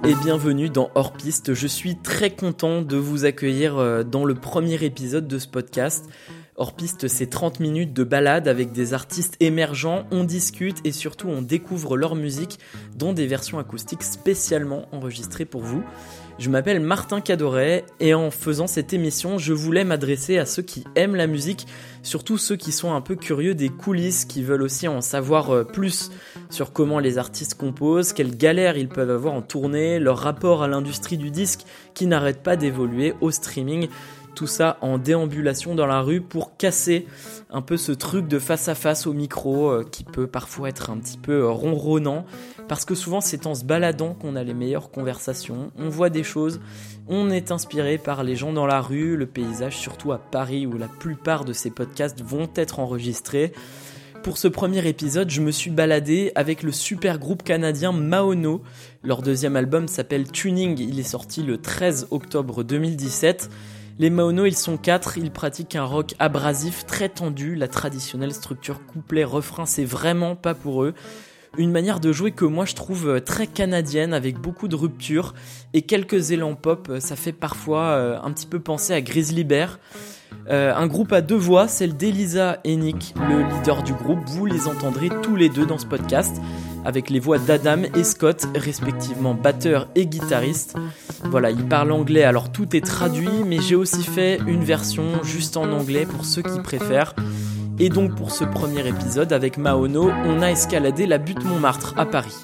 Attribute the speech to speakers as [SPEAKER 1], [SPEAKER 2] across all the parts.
[SPEAKER 1] et bienvenue dans Hors Piste. Je suis très content de vous accueillir dans le premier épisode de ce podcast. Hors Piste, c'est 30 minutes de balade avec des artistes émergents, on discute et surtout on découvre leur musique dans des versions acoustiques spécialement enregistrées pour vous. Je m'appelle Martin Cadoret et en faisant cette émission, je voulais m'adresser à ceux qui aiment la musique, surtout ceux qui sont un peu curieux des coulisses, qui veulent aussi en savoir plus sur comment les artistes composent, quelles galères ils peuvent avoir en tournée, leur rapport à l'industrie du disque qui n'arrête pas d'évoluer, au streaming. Tout ça en déambulation dans la rue pour casser un peu ce truc de face à face au micro qui peut parfois être un petit peu ronronnant parce que souvent c'est en se baladant qu'on a les meilleures conversations, on voit des choses, on est inspiré par les gens dans la rue, le paysage surtout à Paris où la plupart de ces podcasts vont être enregistrés. Pour ce premier épisode, je me suis baladé avec le super groupe canadien Maono. Leur deuxième album s'appelle Tuning, il est sorti le 13 octobre 2017. Les Maono, ils sont 4, ils pratiquent un rock abrasif, très tendu, la traditionnelle structure couplet-refrain, c'est vraiment pas pour eux. Une manière de jouer que moi je trouve très canadienne, avec beaucoup de ruptures et quelques élans pop, ça fait parfois un petit peu penser à Grizzly Bear. Un groupe à deux voix, celle d'Elisa et Nick, le leader du groupe, vous les entendrez tous les deux dans ce podcast, avec les voix d'Adam et Scott, respectivement batteur et guitariste. Voilà, ils parlent anglais, alors tout est traduit, mais j'ai aussi fait une version juste en anglais pour ceux qui préfèrent. Et donc pour ce premier épisode, avec Maono, on a escaladé la butte Montmartre à Paris.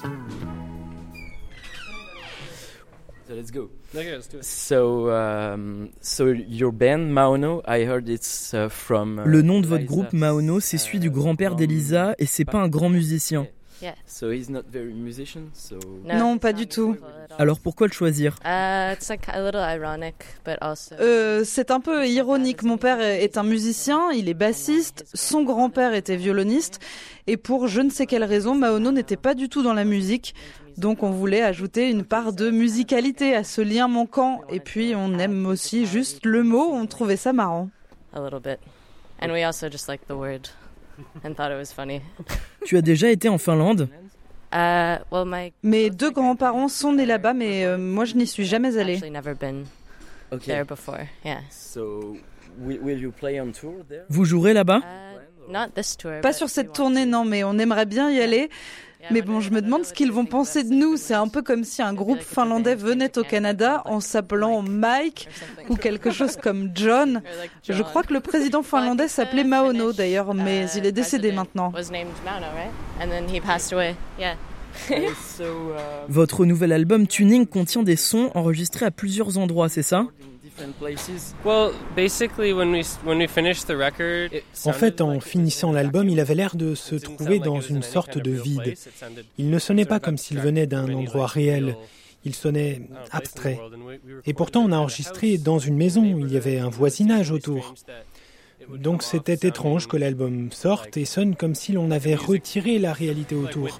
[SPEAKER 1] So let's go.
[SPEAKER 2] Okay, let's do it.
[SPEAKER 1] So your band Maono, I heard it's from.
[SPEAKER 3] Le nom de votre groupe Maono, c'est celui du grand-père d'Elisa et c'est pas un grand musicien.
[SPEAKER 4] Yeah.
[SPEAKER 1] So he's not very musician, so.
[SPEAKER 3] Non, pas du tout. Alors pourquoi le choisir ?
[SPEAKER 4] It's like a little ironic, but also.
[SPEAKER 3] C'est un peu ironique. Mon père est un musicien, il est bassiste, son grand-père était violoniste, et pour je ne sais quelle raison, Maono n'était pas du tout dans la musique. Donc on voulait ajouter une part de musicalité à ce lien manquant. Et puis on aime aussi juste le mot, on trouvait ça marrant.
[SPEAKER 4] A little bit. And we also just liked the word and thought it was funny.
[SPEAKER 3] Tu as déjà été en Finlande ?
[SPEAKER 4] Well,
[SPEAKER 3] Mes deux grands-parents sont nés là-bas, mais moi je n'y suis jamais allée.
[SPEAKER 4] actually never been
[SPEAKER 1] Okay.
[SPEAKER 4] there before. Yeah.
[SPEAKER 1] So will you play on tour there?
[SPEAKER 3] Vous jouerez là-bas ?
[SPEAKER 4] Not this tour.
[SPEAKER 3] Pas
[SPEAKER 4] but
[SPEAKER 3] sur
[SPEAKER 4] we
[SPEAKER 3] cette
[SPEAKER 4] want
[SPEAKER 3] tournée,
[SPEAKER 4] to.
[SPEAKER 3] non, mais on aimerait bien y aller.
[SPEAKER 4] Yeah,
[SPEAKER 3] Mais
[SPEAKER 4] but
[SPEAKER 3] bon, je me demande ce qu'ils vont penser de nous. C'est un peu comme si un groupe finlandais venait au Canada en s'appelant Mike ou quelque chose comme John. Je crois que le président finlandais s'appelait Maono d'ailleurs, mais il est décédé maintenant.
[SPEAKER 4] Was named Mauno, right? And then he passed away. Yeah.
[SPEAKER 1] So
[SPEAKER 3] Votre nouvel album Tuning contient des sons enregistrés à plusieurs endroits, c'est ça ?
[SPEAKER 1] different places.
[SPEAKER 2] Well, basically, when we finished the record, it
[SPEAKER 5] En
[SPEAKER 2] sounded
[SPEAKER 5] fait, en
[SPEAKER 2] like
[SPEAKER 5] finissant l'album, il avait l'air de se trouver dans une sorte de vide. Il ne sonnait pas comme s'il venait d'un endroit réel, il sonnait abstrait. Et pourtant, on a enregistré dans une maison, il y avait un voisinage autour. Donc c'était étrange que l'album sorte et sonne comme si l'on avait retiré la réalité autour.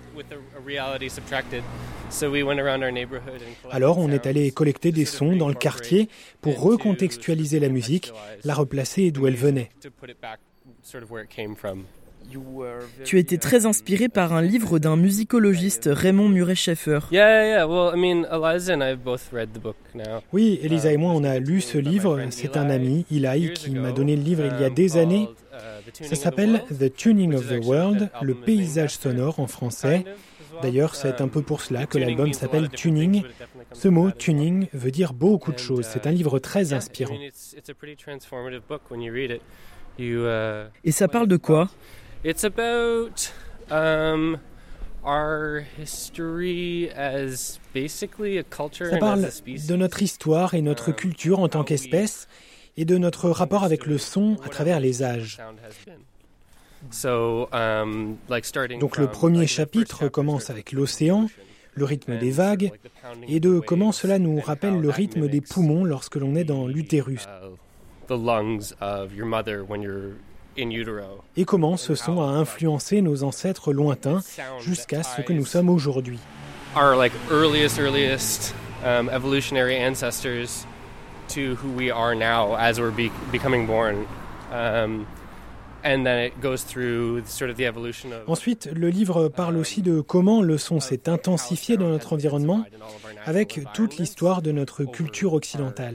[SPEAKER 5] Alors on est allé collecter des sons dans le quartier pour recontextualiser la musique, la replacer d'où elle venait.
[SPEAKER 3] Tu as été très inspiré par un livre d'un musicologiste, Raymond Murray-Schaeffer.
[SPEAKER 5] Oui, Elisa et moi on a lu ce livre, c'est un ami, Eli, qui m'a donné le livre il y a des années. Ça s'appelle The Tuning of the World, le paysage sonore en français. D'ailleurs, c'est un peu pour cela que l'album s'appelle Tuning. Ce mot, tuning, veut dire beaucoup de choses. C'est un livre très inspirant.
[SPEAKER 3] Et ça parle de quoi ?
[SPEAKER 2] It's about our history as basically a culture
[SPEAKER 5] Ça
[SPEAKER 2] and
[SPEAKER 5] parle
[SPEAKER 2] as a species.
[SPEAKER 5] de notre histoire et notre culture en tant qu'espèce et de notre rapport avec le son à travers les âges. Donc le premier chapitre commence avec l'océan, le rythme des vagues et de comment cela nous rappelle le rythme des poumons lorsque l'on est dans l'utérus. Et comment ce son a influencé nos ancêtres lointains jusqu'à ce que nous sommes aujourd'hui.
[SPEAKER 2] Our earliest evolutionary ancestors to who we are now as we're becoming born.
[SPEAKER 5] Ensuite, le livre parle aussi de comment le son s'est intensifié dans notre environnement avec toute l'histoire de notre culture occidentale.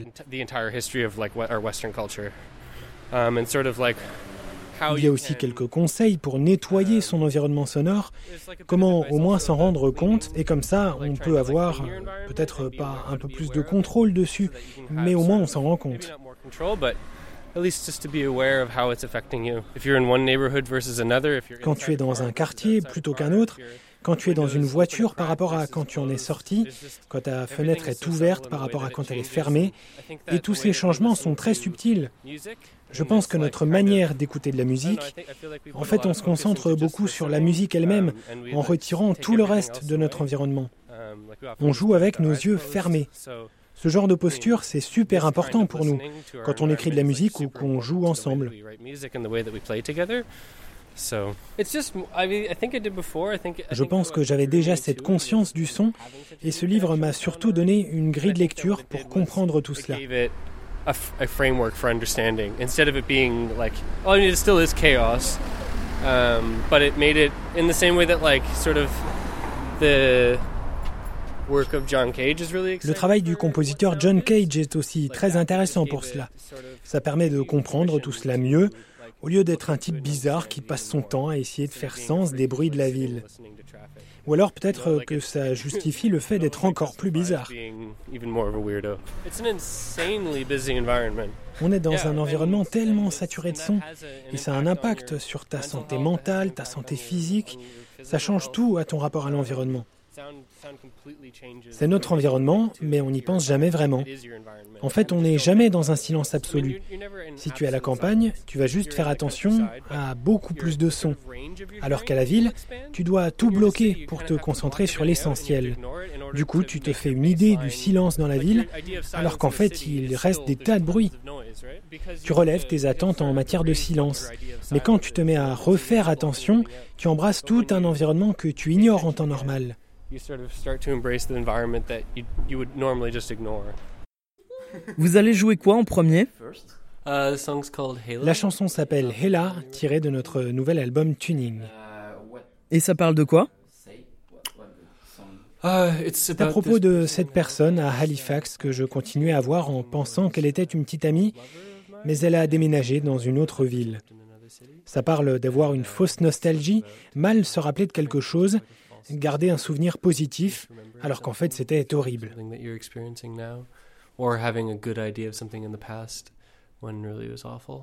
[SPEAKER 5] Il y a aussi quelques conseils pour nettoyer son environnement sonore, comment au moins s'en rendre compte, et comme ça, on peut avoir peut-être pas un peu plus de contrôle dessus, mais au moins on s'en rend compte. Quand tu es dans un quartier plutôt qu'un autre, quand tu es dans une voiture par rapport à quand tu en es sorti, quand ta fenêtre est ouverte par rapport à quand elle est fermée, et tous ces changements sont très subtils. Je pense que notre manière d'écouter de la musique, en fait, on se concentre beaucoup sur la musique elle-même, en retirant tout le reste de notre environnement. On joue avec nos yeux fermés. Ce genre de posture, c'est super important pour nous, quand on écrit de la musique ou qu'on joue ensemble. Je pense que j'avais déjà cette conscience du son, et ce livre m'a surtout donné une grille de lecture pour comprendre tout cela.
[SPEAKER 2] A framework for understanding instead of it being like, oh, I mean, it still is chaos, but it made it in the same way that like sort of the work of John Cage is really exciting.
[SPEAKER 5] Le travail du compositeur John Cage est aussi très intéressant pour cela. Ça permet de comprendre tout cela mieux, au lieu d'être un type bizarre qui passe son temps à essayer de faire sens des bruits de la ville. Ou alors peut-être que ça justifie le fait d'être encore plus bizarre. On est dans un environnement tellement saturé de son, et ça a un impact sur ta santé mentale, ta santé physique. Ça change tout à ton rapport à l'environnement. C'est notre environnement, mais on n'y pense jamais vraiment. En fait, on n'est jamais dans un silence absolu. Si tu es à la campagne, tu vas juste faire attention à beaucoup plus de sons. Alors qu'à la ville, tu dois tout bloquer pour te concentrer sur l'essentiel. Du coup, tu te fais une idée du silence dans la ville, alors qu'en fait, il reste des tas de bruits. Tu relèves tes attentes en matière de silence. Mais quand tu te mets à refaire attention, tu embrasses tout un environnement que tu ignores en temps normal.
[SPEAKER 1] Vous allez jouer quoi en premier ?
[SPEAKER 5] La chanson s'appelle Hela, tirée de notre nouvel album Tuning.
[SPEAKER 1] Et ça parle de quoi ?
[SPEAKER 5] C'est à propos de cette personne à Halifax que je continuais à voir en pensant qu'elle était une petite amie, mais elle a déménagé dans une autre ville. Ça parle d'avoir une fausse nostalgie, mal se rappeler de quelque chose, garder un souvenir positif, alors qu'en fait c'était horrible.
[SPEAKER 2] Or having a good idea of something in the past when really it was awful.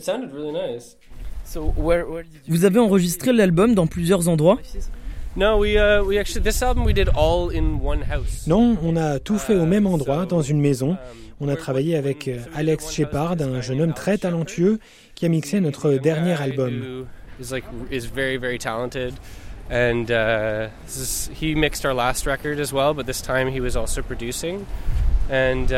[SPEAKER 2] sounded really nice.
[SPEAKER 1] So where did you... Vous avez enregistré l'album dans plusieurs endroits?
[SPEAKER 2] No, we actually this album we did all in one house.
[SPEAKER 5] Non, on a tout fait au même endroit, dans une maison. On a travaillé avec Alex Shepard, un jeune homme très talentueux qui a mixé notre dernier album.
[SPEAKER 2] Is very, very talented. And he mixed our last record as well, but this time he was also producing. And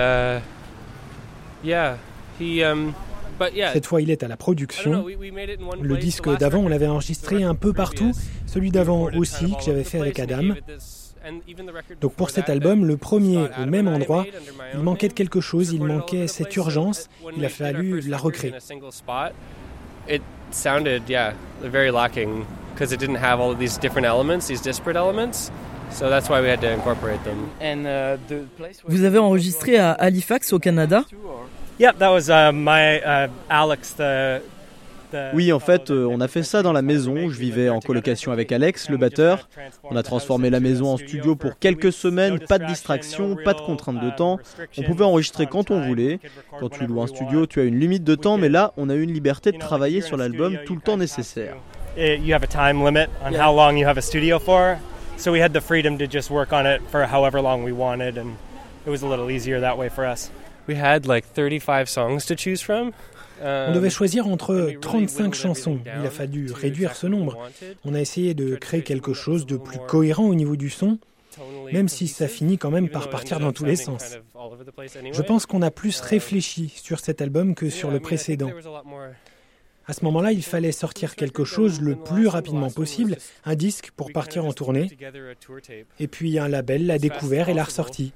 [SPEAKER 5] Cette fois, il est à la production. Le disque d'avant, on l'avait enregistré un peu partout. Celui d'avant aussi, que j'avais fait avec Adam. Donc pour cet album, le premier au même endroit, il manquait de quelque chose, il manquait cette urgence. Il a fallu la recréer.
[SPEAKER 2] It sounded, very lacking because it didn't have all of these different elements, these disparate elements. So that's why we had to incorporate them.
[SPEAKER 1] Vous avez enregistré à Halifax au Canada?
[SPEAKER 6] Yeah, that was Alex,
[SPEAKER 7] Oui, en fait, on a fait ça dans la maison où je vivais en colocation avec Alex, le batteur. On a transformé la maison en studio pour quelques semaines, pas de distraction, pas de contrainte de temps. On pouvait enregistrer quand on voulait. Quand tu loues un studio, tu as une limite de temps, mais là, on a eu une liberté de travailler sur l'album tout le temps nécessaire.
[SPEAKER 6] You have a time limit on how long you have a studio for. So we had the freedom to just work on it for however long we wanted, and it was a little easier that way for us.
[SPEAKER 2] We had like 35 songs to choose from.
[SPEAKER 5] On devait choisir entre 35 chansons. Il a fallu réduire ce nombre. On a essayé de créer quelque chose de plus cohérent au niveau du son, même si ça finit quand même par partir dans tous les sens. Je pense qu'on a plus réfléchi sur cet album que sur le précédent. À ce moment-là, il fallait sortir quelque chose le plus rapidement possible, un disque pour partir en tournée, et puis un label l'a découvert et l'a ressorti.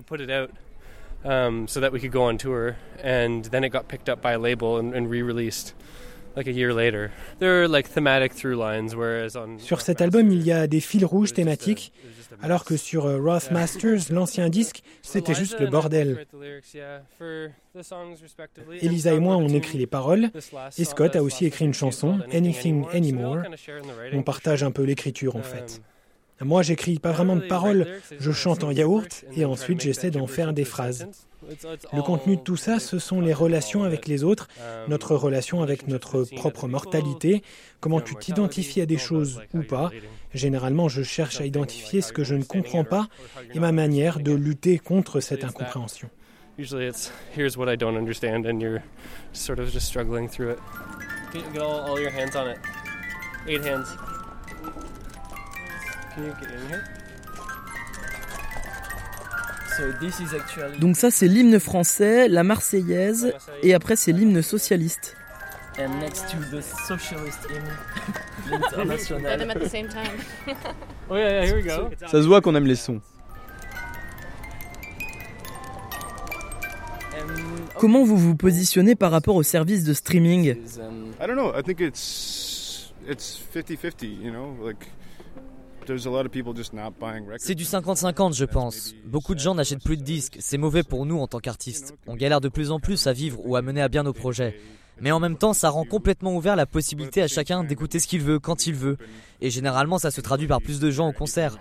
[SPEAKER 2] So that we could go on tour, and then it got picked up by a label and re-released like a year later. There are like thematic through lines, whereas on
[SPEAKER 5] sur cet album il y a des fils rouges thématiques, alors que sur Roth Masters, l'ancien disque, c'était juste le bordel. Elisa et moi on écrit les paroles, et Scott a aussi écrit une chanson, Anything Anymore. On partage un peu l'écriture en fait. Moi, j'écris pas vraiment de paroles, je chante en yaourt et ensuite j'essaie d'en faire des phrases. Le contenu de tout ça, ce sont les relations avec les autres, notre relation avec notre propre mortalité, comment tu t'identifies à des choses ou pas. Généralement, je cherche à identifier ce que je ne comprends pas et ma manière de lutter contre cette incompréhension.
[SPEAKER 2] Usually it's here's what I don't understand and you're sort of just struggling through it. Get all your hands on it. 8 hands.
[SPEAKER 1] Donc ça c'est l'hymne français, la Marseillaise, et après c'est l'hymne socialiste. And next to the socialist hymn, l'international.
[SPEAKER 4] them at the same time.
[SPEAKER 2] Oh yeah, here we go.
[SPEAKER 7] Ça se voit qu'on aime les sons.
[SPEAKER 1] Comment vous vous positionnez par rapport au service de streaming?
[SPEAKER 8] I don't know. I think it's 50-50, you know, like
[SPEAKER 9] c'est du 50-50, je pense. Beaucoup de gens n'achètent plus de disques. C'est mauvais pour nous en tant qu'artistes. On galère de plus en plus à vivre ou à mener à bien nos projets. Mais en même temps, ça rend complètement ouvert la possibilité à chacun d'écouter ce qu'il veut, quand il veut. Et généralement, ça se traduit par plus de gens au concert.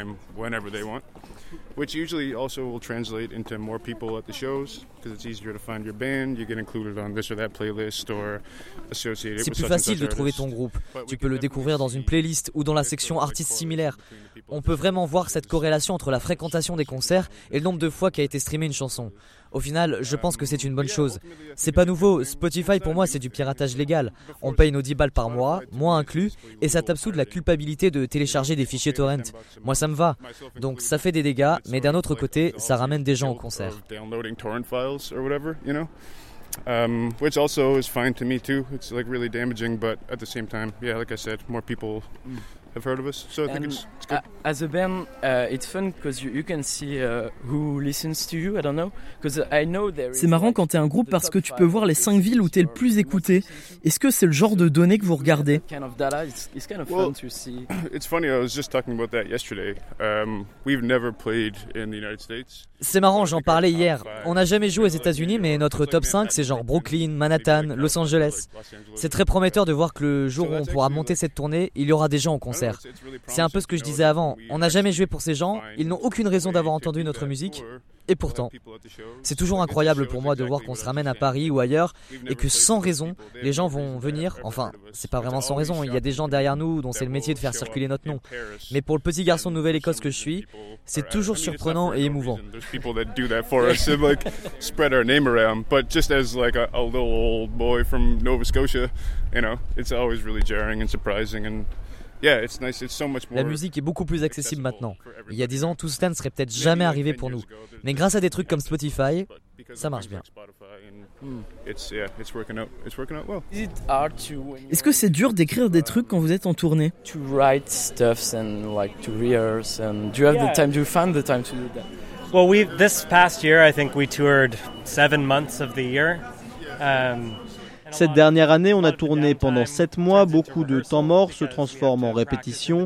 [SPEAKER 8] Which usually also will translate into more people at the shows because it's easier to find your band. You get included on this or that playlist or associated with such and such artist.
[SPEAKER 9] C'est plus facile de trouver ton groupe. Tu peux le découvrir dans une playlist ou dans la section artistes similaires. On peut vraiment voir cette corrélation entre la fréquentation des concerts et le nombre de fois qu'a été streamée une chanson. Au final, je pense que c'est une bonne chose. C'est pas nouveau, Spotify pour moi c'est du piratage légal. On paye nos 10 balles par mois, moi inclus, et ça tape sous de la culpabilité de télécharger des fichiers torrent. Moi ça me va. Donc ça fait des dégâts, mais d'un autre côté, ça ramène des gens au concert.
[SPEAKER 8] Which also is fine to me too. It's like really damaging, but at the same time, yeah, like I said, more people have heard of us, so I think it's good.
[SPEAKER 1] As a band, it's fun because you can see who listens to you. I don't know, because I know there. C'est marrant quand t'es un groupe parce que tu peux voir les 5 villes où t'es le plus écouté. Est-ce que c'est le genre de données que vous regardez?
[SPEAKER 8] It's kind of fun to see. It's funny. I was just talking about that yesterday. We've never played in the United States.
[SPEAKER 9] C'est marrant, j'en parlais hier. On n'a jamais joué aux États-Unis, mais notre top 5, c'est genre Brooklyn, Manhattan, Los Angeles. C'est très prometteur de voir que le jour où on pourra monter cette tournée, il y aura des gens au concert. C'est un peu ce que je disais avant. On n'a jamais joué pour ces gens, ils n'ont aucune raison d'avoir entendu notre musique. Et pourtant, c'est toujours incroyable pour moi de voir qu'on se ramène à Paris ou ailleurs et que sans raison, les gens vont venir. Enfin, c'est pas vraiment sans raison, il y a des gens derrière nous dont c'est le métier de faire circuler notre nom. Mais pour le petit garçon de Nouvelle-Écosse que je suis, c'est toujours surprenant et émouvant. La musique est beaucoup plus accessible maintenant. Il y a 10 ans, tout cela ne serait peut-être jamais arrivé pour nous. Mais grâce à des trucs comme Spotify, ça marche bien.
[SPEAKER 1] Est-ce que c'est dur d'écrire des trucs quand vous êtes en tournée? To write stuff and like to rehearse and do you have the time? Do you find the time to do that?
[SPEAKER 6] Well, this past year, I think we toured 7 months of the year.
[SPEAKER 7] Cette dernière année, on a tourné pendant 7 mois, beaucoup de temps mort se transforme en répétition.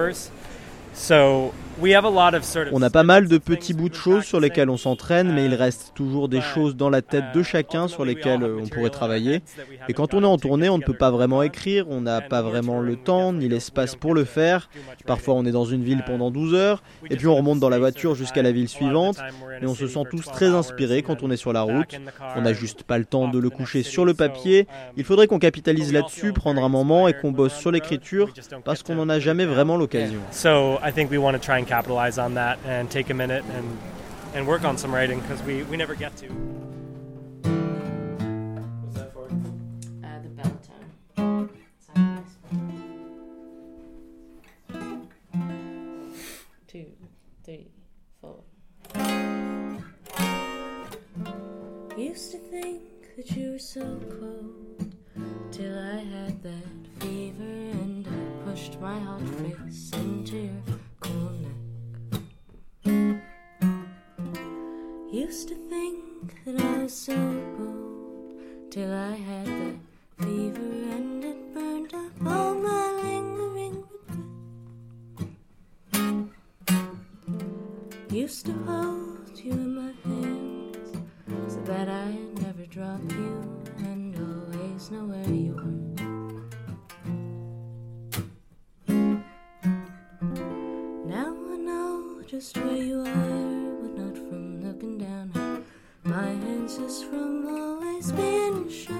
[SPEAKER 7] On a pas mal de petits bouts de choses sur lesquels on s'entraîne, mais il reste toujours des choses dans la tête de chacun sur lesquelles on pourrait travailler. Et quand on est en tournée, on ne peut pas vraiment écrire, on n'a pas vraiment le temps ni l'espace pour le faire. Parfois on est dans une ville pendant 12 heures, et puis on remonte dans la voiture jusqu'à la ville suivante, et on se sent tous très inspirés quand on est sur la route. On n'a juste pas le temps de le coucher sur le papier. Il faudrait qu'on capitalise là-dessus, prendre un moment et qu'on bosse sur l'écriture, parce qu'on n'en a jamais vraiment l'occasion.
[SPEAKER 6] Capitalize on that and take a minute and work on some writing because we never get to.
[SPEAKER 4] What's that for? The bell tone. Sounds nice. 2, 3, 4. Used to think that you were so cold till I had that fever and I pushed my hot face into your cool neck. Used to think that I was so bold till I had that fever and it burned up all my lingering regret. Used to hold you in my hands so that I'd never drop you and always know where you were. Now I know just where you are, but not from looking down at my hands, just from always being sure.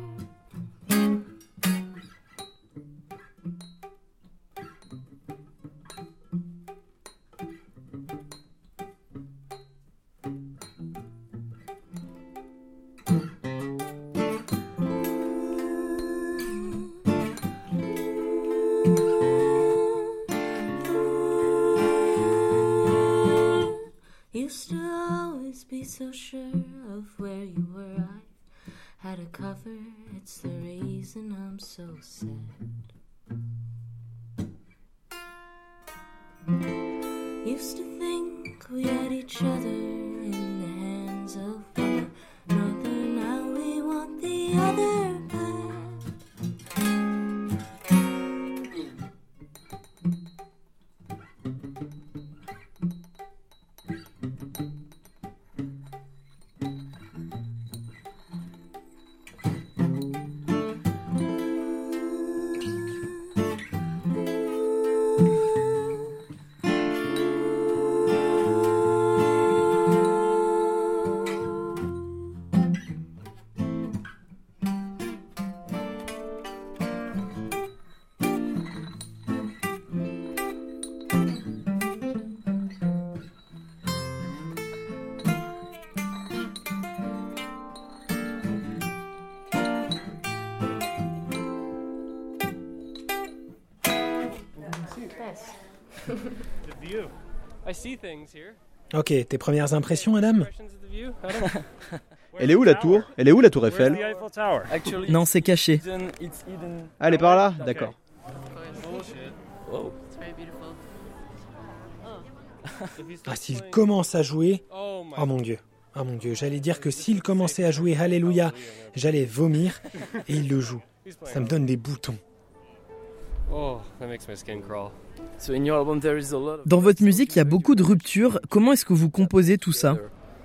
[SPEAKER 4] Used to always be so sure of where you were. I had a cover, it's the reason I'm so sad. Used to think we had each other in the hands of one another. Now we want the other back.
[SPEAKER 5] Ok, tes premières impressions, Adam?
[SPEAKER 7] Elle est où la tour? Elle est où la tour Eiffel?
[SPEAKER 1] Non, c'est caché.
[SPEAKER 7] Elle est par là? D'accord.
[SPEAKER 5] Ah, s'il commence à jouer... Oh mon Dieu, j'allais dire que s'il commençait à jouer Alléluia, j'allais vomir, et il le joue. Ça me donne des boutons.
[SPEAKER 1] Dans votre musique, il y a beaucoup de ruptures. Comment est-ce que vous composez tout ça?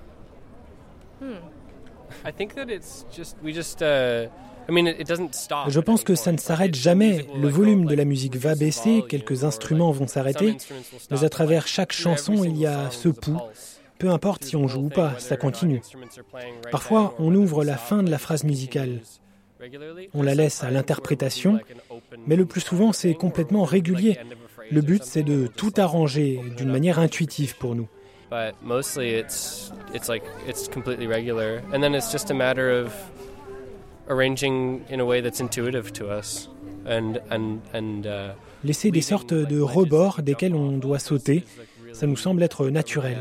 [SPEAKER 5] Je pense que ça ne s'arrête jamais. Le volume de la musique va baisser, quelques instruments vont s'arrêter, mais à travers chaque chanson, il y a ce pouls. peu importe si on joue ou pas, ça continue. Parfois, on ouvre la fin de la phrase musicale. On la laisse à l'interprétation, mais le plus souvent, c'est complètement régulier. Le but, c'est de tout arranger d'une manière intuitive pour nous.
[SPEAKER 2] But mostly it's completely regular, and then it's just a matter of arranging in a way that's intuitive to us, and
[SPEAKER 5] laisser des sortes de rebords desquels on doit sauter, ça nous semble être naturel.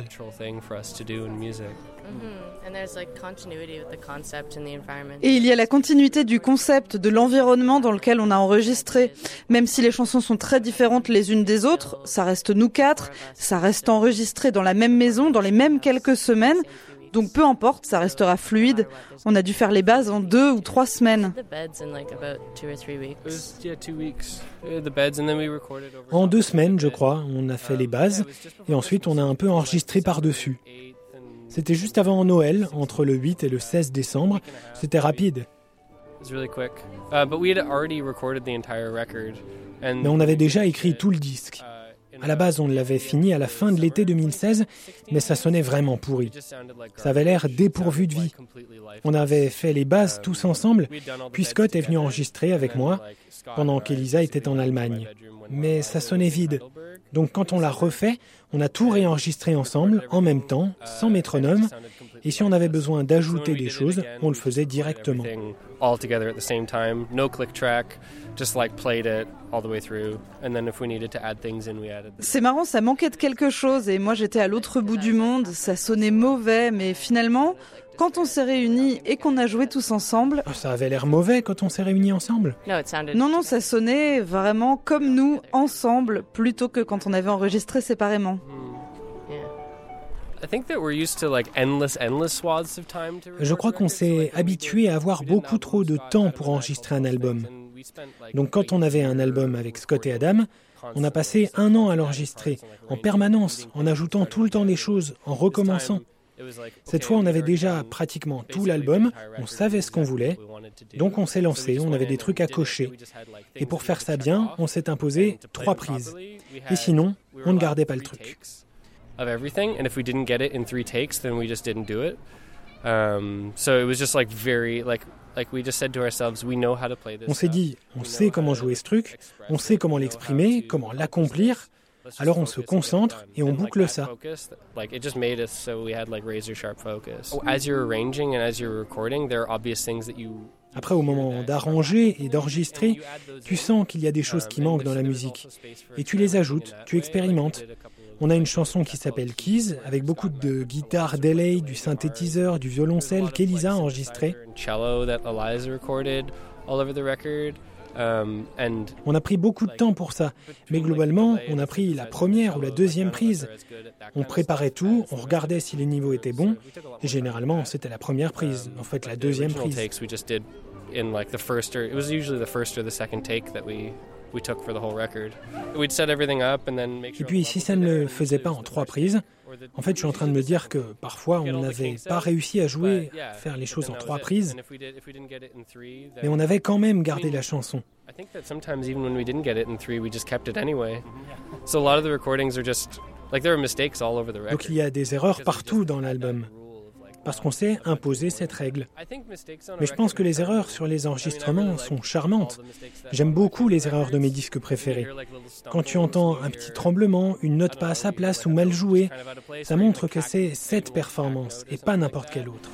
[SPEAKER 3] Et il y a la continuité du concept, de l'environnement dans lequel on a enregistré. Même si les chansons sont très différentes les unes des autres, ça reste nous quatre, ça reste enregistré dans la même maison, dans les mêmes quelques semaines. Donc peu importe, ça restera fluide. On a dû faire les bases en 2 ou 3 semaines.
[SPEAKER 5] En 2 semaines, je crois, on a fait les bases et ensuite on a un peu enregistré par-dessus. C'était juste avant Noël, entre le 8 et le 16 décembre. C'était rapide. Mais on avait déjà écrit tout le disque. À la base, on l'avait fini à la fin de l'été 2016, mais ça sonnait vraiment pourri. Ça avait l'air dépourvu de vie. On avait fait les bases tous ensemble, puis Scott est venu enregistrer avec moi, pendant qu'Elisa était en Allemagne. Mais ça sonnait vide. Donc quand on l'a refait, on a tout réenregistré ensemble, en même temps, sans métronome, et si on avait besoin d'ajouter des choses, on le faisait directement.
[SPEAKER 3] C'est marrant, ça manquait de quelque chose et moi j'étais à l'autre bout du monde, ça sonnait mauvais, mais finalement, quand on s'est réunis et qu'on a joué tous ensemble...
[SPEAKER 5] Ça avait l'air mauvais quand on s'est réunis ensemble.
[SPEAKER 3] Non, ça sonnait vraiment comme nous, ensemble, plutôt que quand on avait enregistré séparément.
[SPEAKER 5] Je crois qu'on s'est habitué à avoir beaucoup trop de temps pour enregistrer un album. Donc quand on avait un album avec Scott et Adam, on a passé 1 an à l'enregistrer, en permanence, en ajoutant tout le temps des choses, en recommençant. Cette fois, on avait déjà pratiquement tout l'album, on savait ce qu'on voulait, donc on s'est lancé, on avait des trucs à cocher. Et pour faire ça bien, on s'est imposé 3 prises. Et sinon, on ne gardait pas le truc.
[SPEAKER 2] Of everything, and if we didn't get it in 3 takes, then we just didn't do it. So it was just like very like we just said to ourselves, we know how to play this.
[SPEAKER 5] On s'est dit, on sait comment jouer ce truc, on sait comment l'exprimer, comment l'accomplir. Alors on se concentre et on boucle ça.
[SPEAKER 2] Like it just made us so we had like razor sharp focus. As you're arranging and as you're recording, there are obvious things that you.
[SPEAKER 5] Après, au moment d'arranger et d'enregistrer, tu sens qu'il y a des choses qui manquent dans la musique. Et tu les ajoutes, tu expérimentes. On a une chanson qui s'appelle Keys, avec beaucoup de guitare delay, du synthétiseur, du violoncelle qu'Elisa a enregistré. On a pris beaucoup de temps pour ça, mais globalement, on a pris la première ou la deuxième prise. On préparait tout, on regardait si les niveaux étaient bons, et généralement, c'était la première prise, en fait la deuxième prise. Et puis, si ça ne le faisait pas en 3 prises, en fait, je suis en train de me dire que parfois, on n'avait pas réussi à jouer, à faire les choses en 3 prises, mais on avait quand même gardé la chanson. Donc il y a des erreurs partout dans l'album, parce qu'on s'est imposé cette règle. Mais je pense que les erreurs sur les enregistrements sont charmantes. J'aime beaucoup les erreurs de mes disques préférés. Quand tu entends un petit tremblement, une note pas à sa place ou mal jouée, ça montre que c'est cette performance et pas n'importe quelle autre.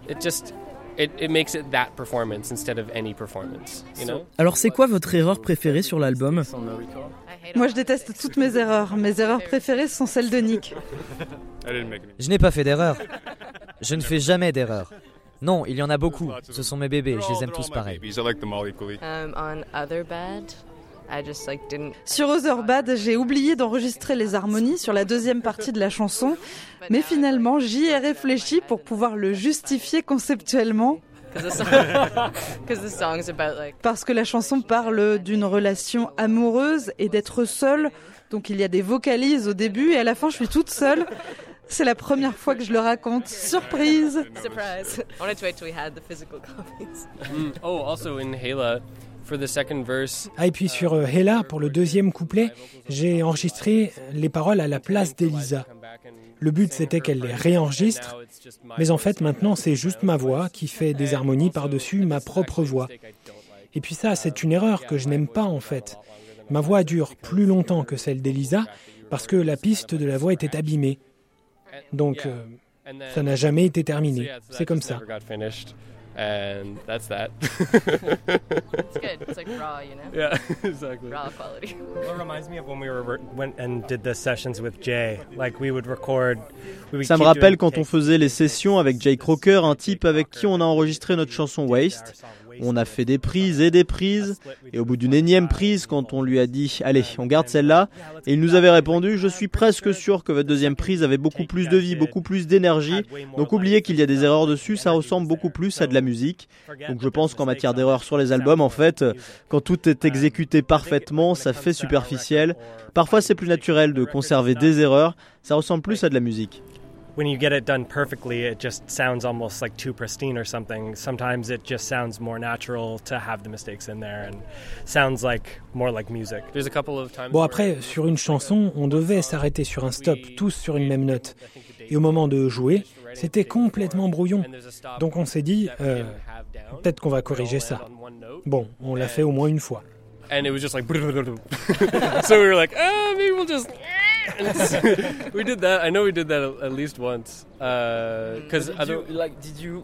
[SPEAKER 1] Alors c'est quoi votre erreur préférée sur l'album ?
[SPEAKER 3] Moi je déteste toutes mes erreurs. Mes erreurs préférées sont celles de Nick.
[SPEAKER 9] Je n'ai pas fait d'erreur. Je ne fais jamais d'erreur. Non, il y en a beaucoup. Ce sont mes bébés, je les aime tous pareil.
[SPEAKER 3] Sur Other Bad, j'ai oublié d'enregistrer les harmonies sur la deuxième partie de la chanson, mais finalement j'y ai réfléchi pour pouvoir le justifier conceptuellement. Parce que la chanson parle d'une relation amoureuse et d'être seule, donc il y a des vocalises au début et à la fin je suis toute seule. C'est la première fois que je le raconte. Surprise!
[SPEAKER 10] Surprise! I wanted to wait till we had the physical copies.
[SPEAKER 2] Oh, also in Hela, for the second verse.
[SPEAKER 5] Ah, et puis sur Hela, pour le deuxième couplet, j'ai enregistré les paroles à la place d'Elisa. Le but, c'était qu'elle les réenregistre, mais en fait, maintenant, c'est juste ma voix qui fait des harmonies par-dessus ma propre voix. Et puis ça, c'est une erreur que je n'aime pas, en fait. Ma voix dure plus longtemps que celle d'Elisa, parce que la piste de la voix était abîmée. Donc, ça n'a jamais été terminé. C'est comme ça.
[SPEAKER 2] And that's that.
[SPEAKER 10] It's good. It's like raw, you know?
[SPEAKER 2] Yeah, exactly.
[SPEAKER 10] Raw quality.
[SPEAKER 6] It reminds me of when we went and did the sessions with Jay. Like we would record.
[SPEAKER 7] Ça me rappelle quand on faisait les sessions avec Jay Crocker, un type avec qui on a enregistré notre chanson Waste. On a fait des prises, et au bout d'une énième prise, quand on lui a dit « Allez, on garde celle-là », et il nous avait répondu « Je suis presque sûr que votre deuxième prise avait beaucoup plus de vie, beaucoup plus d'énergie, donc oubliez qu'il y a des erreurs dessus, ça ressemble beaucoup plus à de la musique. » Donc je pense qu'en matière d'erreurs sur les albums, en fait, quand tout est exécuté parfaitement, ça fait superficiel. Parfois c'est plus naturel de conserver des erreurs, ça ressemble plus à de la musique.
[SPEAKER 6] When you get it done perfectly, it just sounds almost like too pristine or something. Sometimes it just sounds more natural to have the mistakes in there and sounds like more like music.
[SPEAKER 2] There's a couple of times.
[SPEAKER 5] Bon, après, sur une chanson, on devait s'arrêter sur un stop, tous sur une même note. Et au moment de jouer, c'était complètement brouillon. Donc on s'est dit, peut-être qu'on va corriger ça. Bon, on l'a fait au moins une fois.
[SPEAKER 2] And it was just like so we were like, maybe we'll just we did that. I know we did that at least once. Because
[SPEAKER 1] did you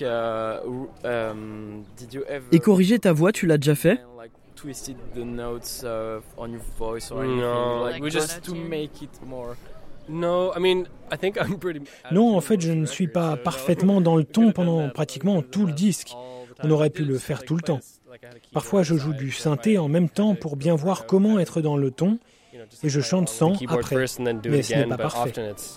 [SPEAKER 1] ever... Et corriger ta voix, tu l'as déjà fait? Twisted the notes on your voice or anything?
[SPEAKER 2] No,
[SPEAKER 1] like just to make it more.
[SPEAKER 2] No, I mean, I think I'm pretty.
[SPEAKER 5] Non, en fait, je ne suis pas parfaitement dans le ton pendant pratiquement tout le disque. On aurait pu le faire tout le temps. Parfois, je joue du synthé en même temps pour bien voir comment être dans le ton, et je chante sans après, mais ce n'est pas parfait.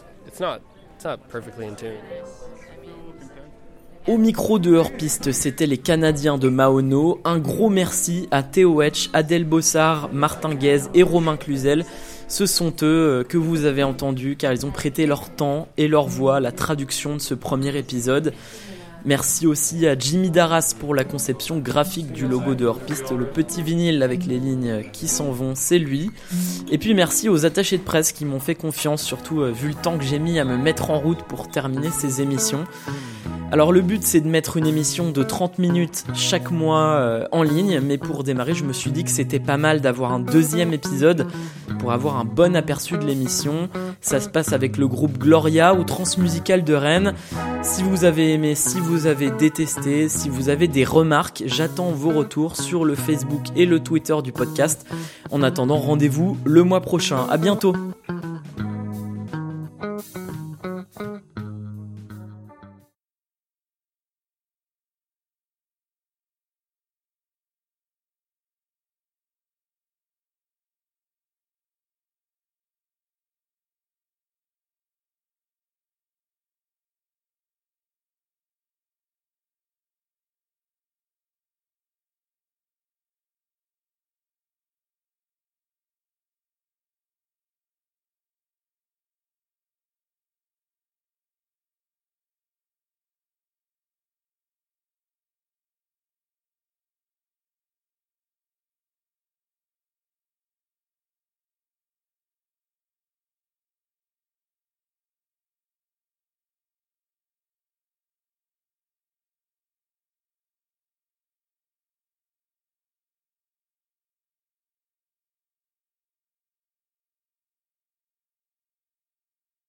[SPEAKER 1] Au micro de Hors-Piste, c'était les Canadiens de Maono. Un gros merci à Théo Hetch, Adèle Bossard, Martin Guez et Romain Cluzel. Ce sont eux que vous avez entendus car ils ont prêté leur temps et leur voix à la traduction de ce premier épisode. Merci aussi à Jimmy Darras pour la conception graphique du logo de Hors-Piste. Le petit vinyle avec les lignes qui s'en vont, c'est lui. Et puis merci aux attachés de presse qui m'ont fait confiance, surtout vu le temps que j'ai mis à me mettre en route pour terminer ces émissions. Alors le but c'est de mettre une émission de 30 minutes chaque mois en ligne, mais pour démarrer je me suis dit que c'était pas mal d'avoir un deuxième épisode pour avoir un bon aperçu de l'émission. Ça se passe avec le groupe Gloria ou Transmusical de Rennes. Si vous avez aimé, si vous avez détesté, si vous avez des remarques, j'attends vos retours sur le Facebook et le Twitter du podcast. En attendant, rendez-vous le mois prochain. À bientôt.